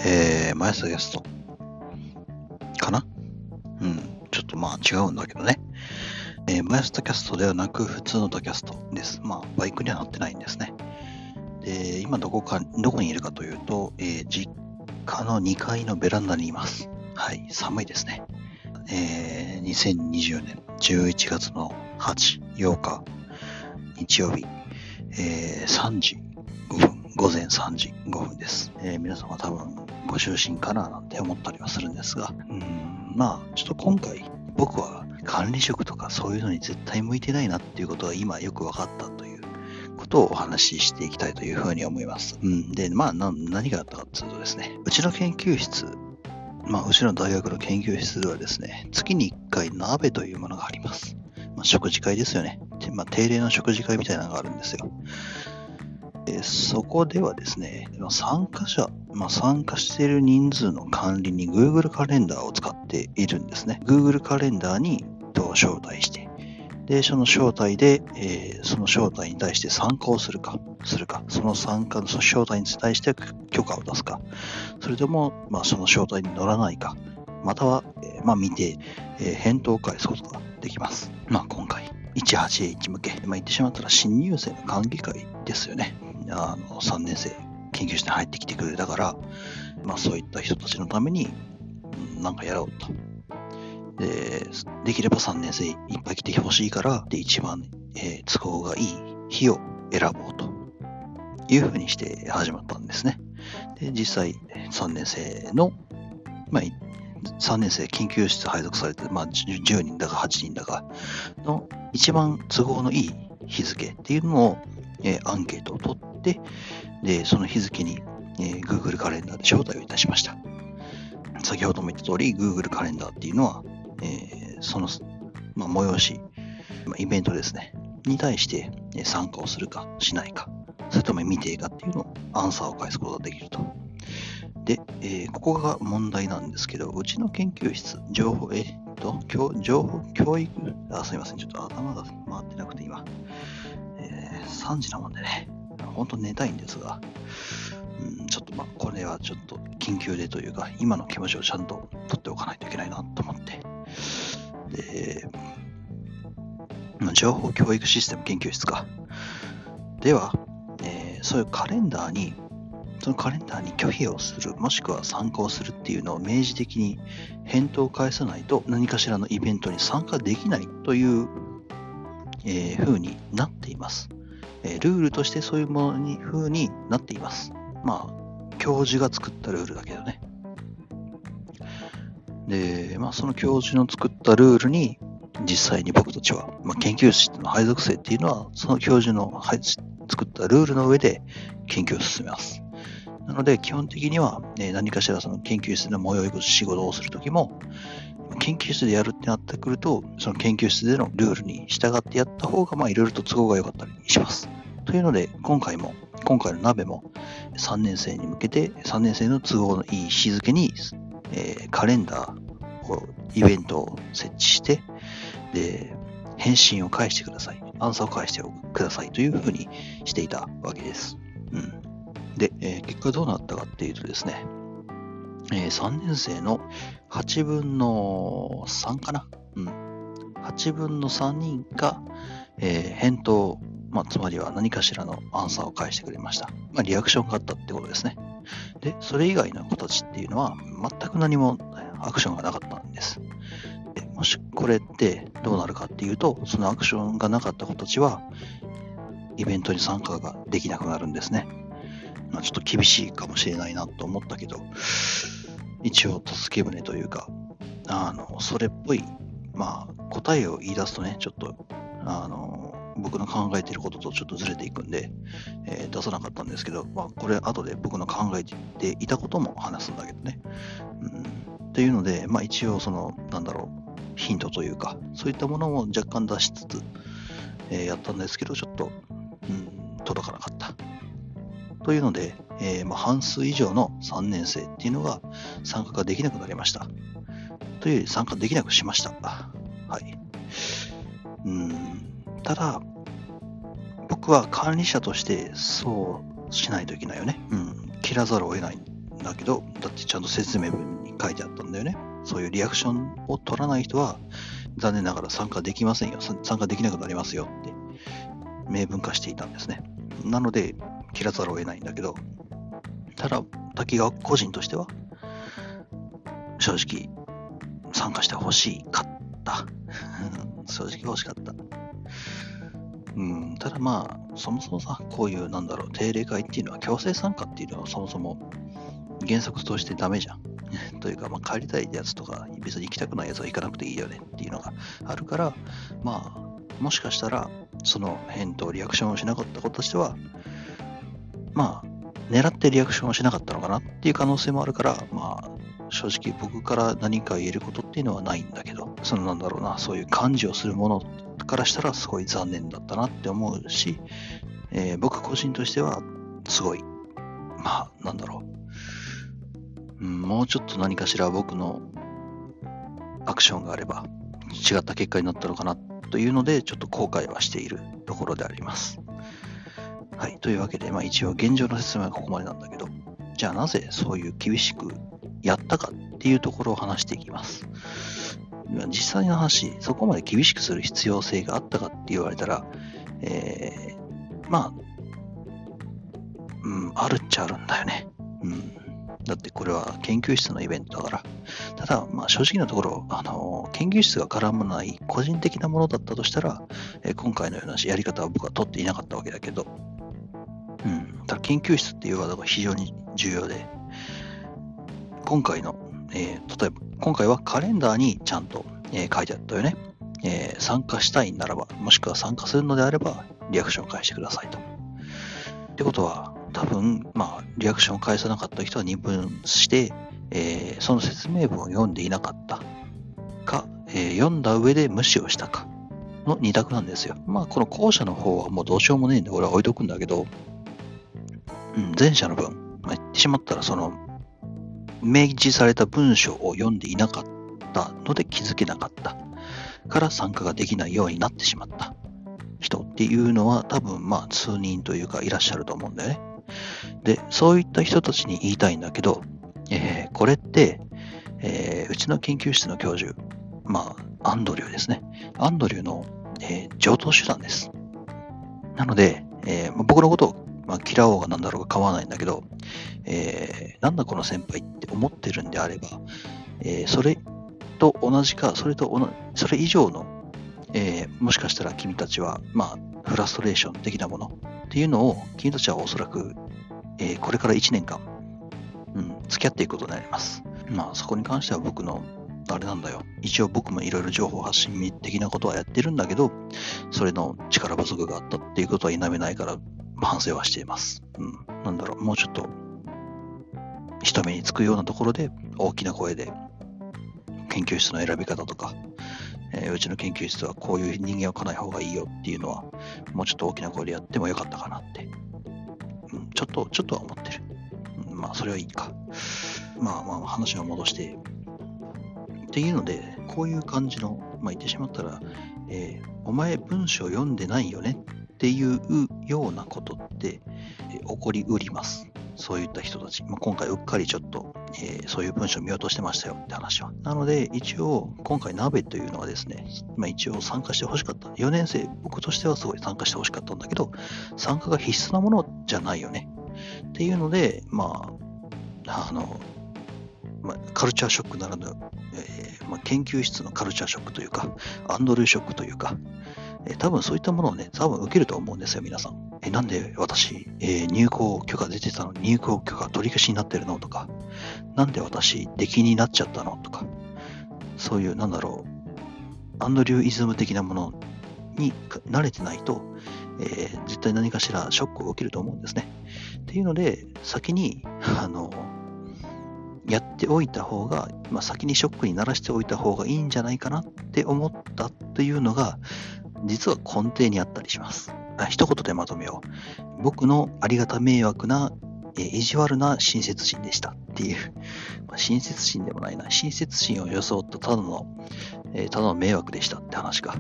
マイスタキャストかな。ちょっと違うんだけどね。マイスタキャストではなく普通のタキャストです。バイクには乗ってないんですね。で、今どこにいるかというと、実家の2階のベランダにいます。はい、寒いですね。2020年11月の8日日曜日、3時5分、午前3時5分です。皆様多分ご就寝かななんて思ったりはするんですが、ちょっと今回僕は管理職とかそういうのに絶対向いてないなっていうことが今よく分かったということをお話ししていきたいというふうに思います。で、何があったかというとですね、うちの研究室、うちの大学の研究室ではですね、月に1回鍋というものがあります。食事会ですよね。定例の食事会みたいなのがあるんですよ。そこではですね、参加している人数の管理に Google カレンダーを使っているんですね。Google カレンダーに招待して、で、その招待で、その招待に対して参加をするか、その招待に対して許可を出すか、それとも、その招待に乗らないか、または、見て、返答を返すことができます。今回、18H 向け、言ってしまったら新入生の歓迎会ですよね。3年生、研究室に入ってきてくれたから、そういった人たちのために、なんかやろうと。できれば3年生いっぱい来てほしいから、で、一番、都合がいい日を選ぼうというふうにして始まったんですね。で、実際、3年生の、3年生研究室配属されて、10人だか8人だかの一番都合のいい日付っていうのを、アンケートを取って、で、その日付に、Google カレンダーで招待をいたしました。先ほども言った通り、Google カレンダーっていうのは、その、催し、イベントですね、に対して、参加をするかしないか、それとも未定かっていうのをアンサーを返すことができると。で、ここが問題なんですけど、うちの研究室、情報教育、すいません、ちょっと頭が回ってなくて今、3時なもんでね、本当寝たいんですが、ちょっとこれはちょっと緊急でというか、今の気持ちをちゃんと取っておかないといけないなと思って、で、情報教育システム研究室か。では、そういうそのカレンダーに拒否をする、もしくは参加をするっていうのを明示的に返答を返さないと何かしらのイベントに参加できないという、風になっています。ルールとしてそういうもの風になっています。教授が作ったルールだけどね。で、その教授の作ったルールに実際に僕たちは、研究室の配属生っていうのはその教授の作ったルールの上で研究を進めます。なので基本的には、何かしらその研究室で催し仕事をするときも、研究室でやるってなってくると、その研究室でのルールに従ってやった方がいろいろと都合が良かったりします。というので、今回の鍋も3年生に向けて、3年生の都合のいい日付に、カレンダーを、イベントを設置して、で、返信を返してください。アンサーを返してくださいというふうにしていたわけです。で、結果どうなったかっていうとですね、3年生の8分の3かな。8分の3人が、返答、つまりは何かしらのアンサーを返してくれました。リアクションがあったってことですね。で、それ以外の子たちっていうのは全く何もアクションがなかったんです。でもしこれってどうなるかっていうと、そのアクションがなかった子たちはイベントに参加ができなくなるんですね。ちょっと厳しいかもしれないなと思ったけど、一応助け舟というか、それっぽい、答えを言い出すとね、ちょっと、僕の考えていることとちょっとずれていくんで、出さなかったんですけど、これ後で僕の考えていたことも話すんだけどね。っていうので、一応ヒントというか、そういったものも若干出しつつ、やったんですけど、ちょっと、届かなかった。というので、半数以上の3年生っていうのが参加ができなくなりました。というより参加できなくしました。はい。ただ、僕は管理者としてそうしないといけないよね。切らざるを得ないだけど、だってちゃんと説明文に書いてあったんだよね。そういうリアクションを取らない人は、残念ながら参加できませんよ。参加できなくなりますよって明文化していたんですね。なので、切らざるを得ないんだけど、ただ、滝川個人としては、正直、参加してほしかった。正直欲しかった。ただまあ、そもそもさ、こういう、定例会っていうのは強制参加っていうのはそもそも原則としてダメじゃん。というか、帰りたいやつとか、別に行きたくないやつは行かなくていいよねっていうのがあるから、もしかしたら、その返答、リアクションをしなかった子としては、狙ってリアクションをしなかったのかなっていう可能性もあるから、正直僕から何か言えることっていうのはないんだけど、そういう感じをするものからしたらすごい残念だったなって思うし、僕個人としてはすごい、もうちょっと何かしら僕のアクションがあれば違った結果になったのかなというので、ちょっと後悔はしているところであります。はい。というわけで、一応現状の説明はここまでなんだけど、じゃあなぜそういう厳しくやったかっていうところを話していきます。実際の話、そこまで厳しくする必要性があったかって言われたら、あるっちゃあるんだよね。だってこれは研究室のイベントだから。ただ、正直なところ、研究室が絡まない個人的なものだったとしたら、今回のようなやり方は僕は取っていなかったわけだけど、ただ研究室っていうワードが非常に重要で、今回の、例えば、今回はカレンダーにちゃんと、書いてあったよね。参加したいならば、もしくは参加するのであれば、リアクションを返してくださいと。ってことは、多分、リアクションを返さなかった人は二分して、その説明文を読んでいなかったか、読んだ上で無視をしたかの二択なんですよ。この後者の方はもうどうしようもねえんで、俺は置いとくんだけど、前者の分、言ってしまったら、その、明示された文章を読んでいなかったので気づけなかったから参加ができないようになってしまった人っていうのは多分数人というかいらっしゃると思うんだよね。で、そういった人たちに言いたいんだけど、これって、うちの研究室の教授、アンドリューですね。アンドリューの、常套手段です。なので、僕のことを嫌おうがなんだろうが構わないんだけど、なんだこの先輩って思ってるんであれば、それと同じか、それ以上の、もしかしたら君たちは、フラストレーション的なものっていうのを、君たちはおそらく、これから1年間、付き合っていくことになります。そこに関しては僕の、あれなんだよ。一応僕もいろいろ情報発信的なことはやってるんだけど、それの力不足があったっていうことは否めないから、反省はしています。もうちょっと、人目につくようなところで、大きな声で、研究室の選び方とか、うちの研究室はこういう人間を来ない方がいいよっていうのは、もうちょっと大きな声でやってもよかったかなって、ちょっとは思ってる。それはいいか。話を戻して、っていうので、こういう感じの、言ってしまったら、お前文章読んでないよねっていうようなことって、起こりうります。そういった人たち。今回うっかりちょっと、そういう文章を見落としてましたよって話は。なので、一応、今回鍋というのはですね、一応参加してほしかった。4年生、僕としてはすごい参加してほしかったんだけど、参加が必須なものじゃないよね。っていうので、カルチャーショックならぬ、研究室のカルチャーショックというか、アンドルーショックというか、多分そういったものをね、受けると思うんですよ、皆さん。なんで私、入校許可出てたのに入校許可取り消しになってるのとか、なんで私、出禁になっちゃったのとか、そういう、アンドリューイズム的なものに慣れてないと、絶対何かしらショックを受けると思うんですね。っていうので、先に、やっておいた方が、先にショックにならしておいた方がいいんじゃないかなって思ったというのが、実は根底にあったりします。一言でまとめよう。僕のありがた迷惑な、意地悪な親切心でしたっていう。親切心でもないな。親切心を装ったただの迷惑でしたって話か。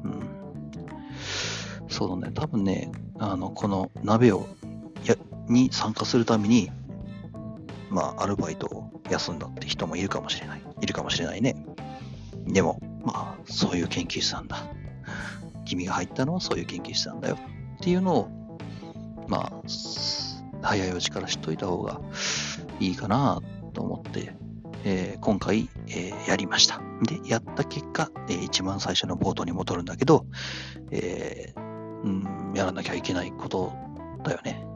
そうだね。多分ね、この鍋に参加するために、 アルバイトを休んだって人もいるかもしれないね。でも、そういう研究室なんだ。君が入ったのはそういう研究室なんだよっていうのを、早いうちから知っといた方がいいかなと思って、今回、やりました。で、やった結果、一番最初の冒頭に戻るんだけど、やらなきゃいけないことだよね。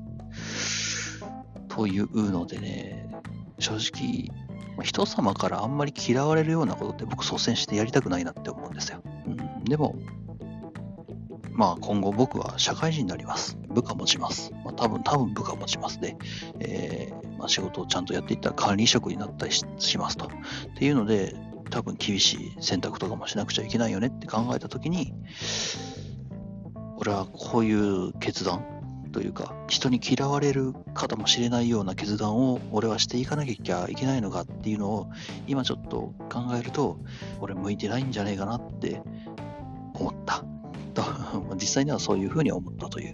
というのでね、正直、人様からあんまり嫌われるようなことって僕率先してやりたくないなって思うんですよ。でも、今後僕は社会人になります。部下持ちます。多分部下持ちますで、仕事をちゃんとやっていったら管理職になったりしますと。っていうので、多分厳しい選択とかもしなくちゃいけないよねって考えたときに、俺はこういう決断というか、人に嫌われるかもしれないような決断を俺はしていかなきゃいけないのかっていうのを今ちょっと考えると、俺向いてないんじゃねえかなって思った。実際にはそういうふうに思ったという、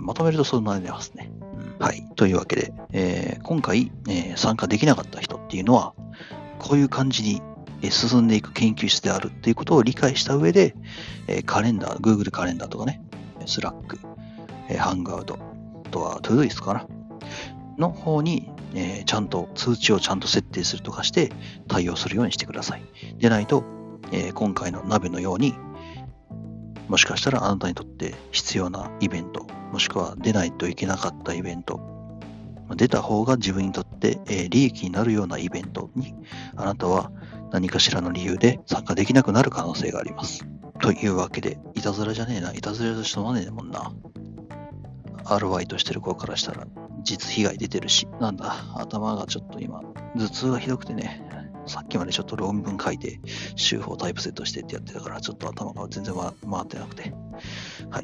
まとめるとそうなりますね。はい。というわけで、今回、参加できなかった人っていうのは、こういう感じに進んでいく研究室であるっていうことを理解した上で、カレンダー、Google カレンダーとかね、Slack、ハングアウト、あとは Todoist かなの方に、ちゃんと通知をちゃんと設定するとかして対応するようにしてください。でないと、今回の鍋のようにもしかしたらあなたにとって必要なイベント、もしくは出ないといけなかったイベント、出た方が自分にとって利益になるようなイベントにあなたは何かしらの理由で参加できなくなる可能性があります。というわけで、いたずらじゃねえな、いたずらとしてもねえもんな。アルバイトしてる子からしたら実被害出てるし、頭がちょっと今頭痛がひどくてね、さっきまでちょっと論文書いて週報タイプセットしてってやってたからちょっと頭が全然回ってなくて、はい、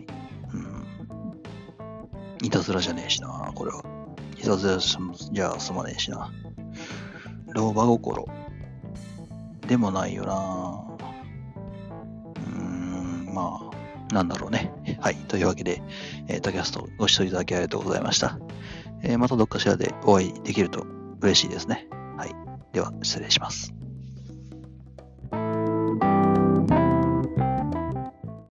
いたずらじゃねえしな、これは。いたずらじゃ済まねえしな。老婆心でもないよな。なんだろうね。はい。というわけで、タキャストご視聴いただきありがとうございました。またどっかしらでお会いできると嬉しいですね。はい。では、失礼します。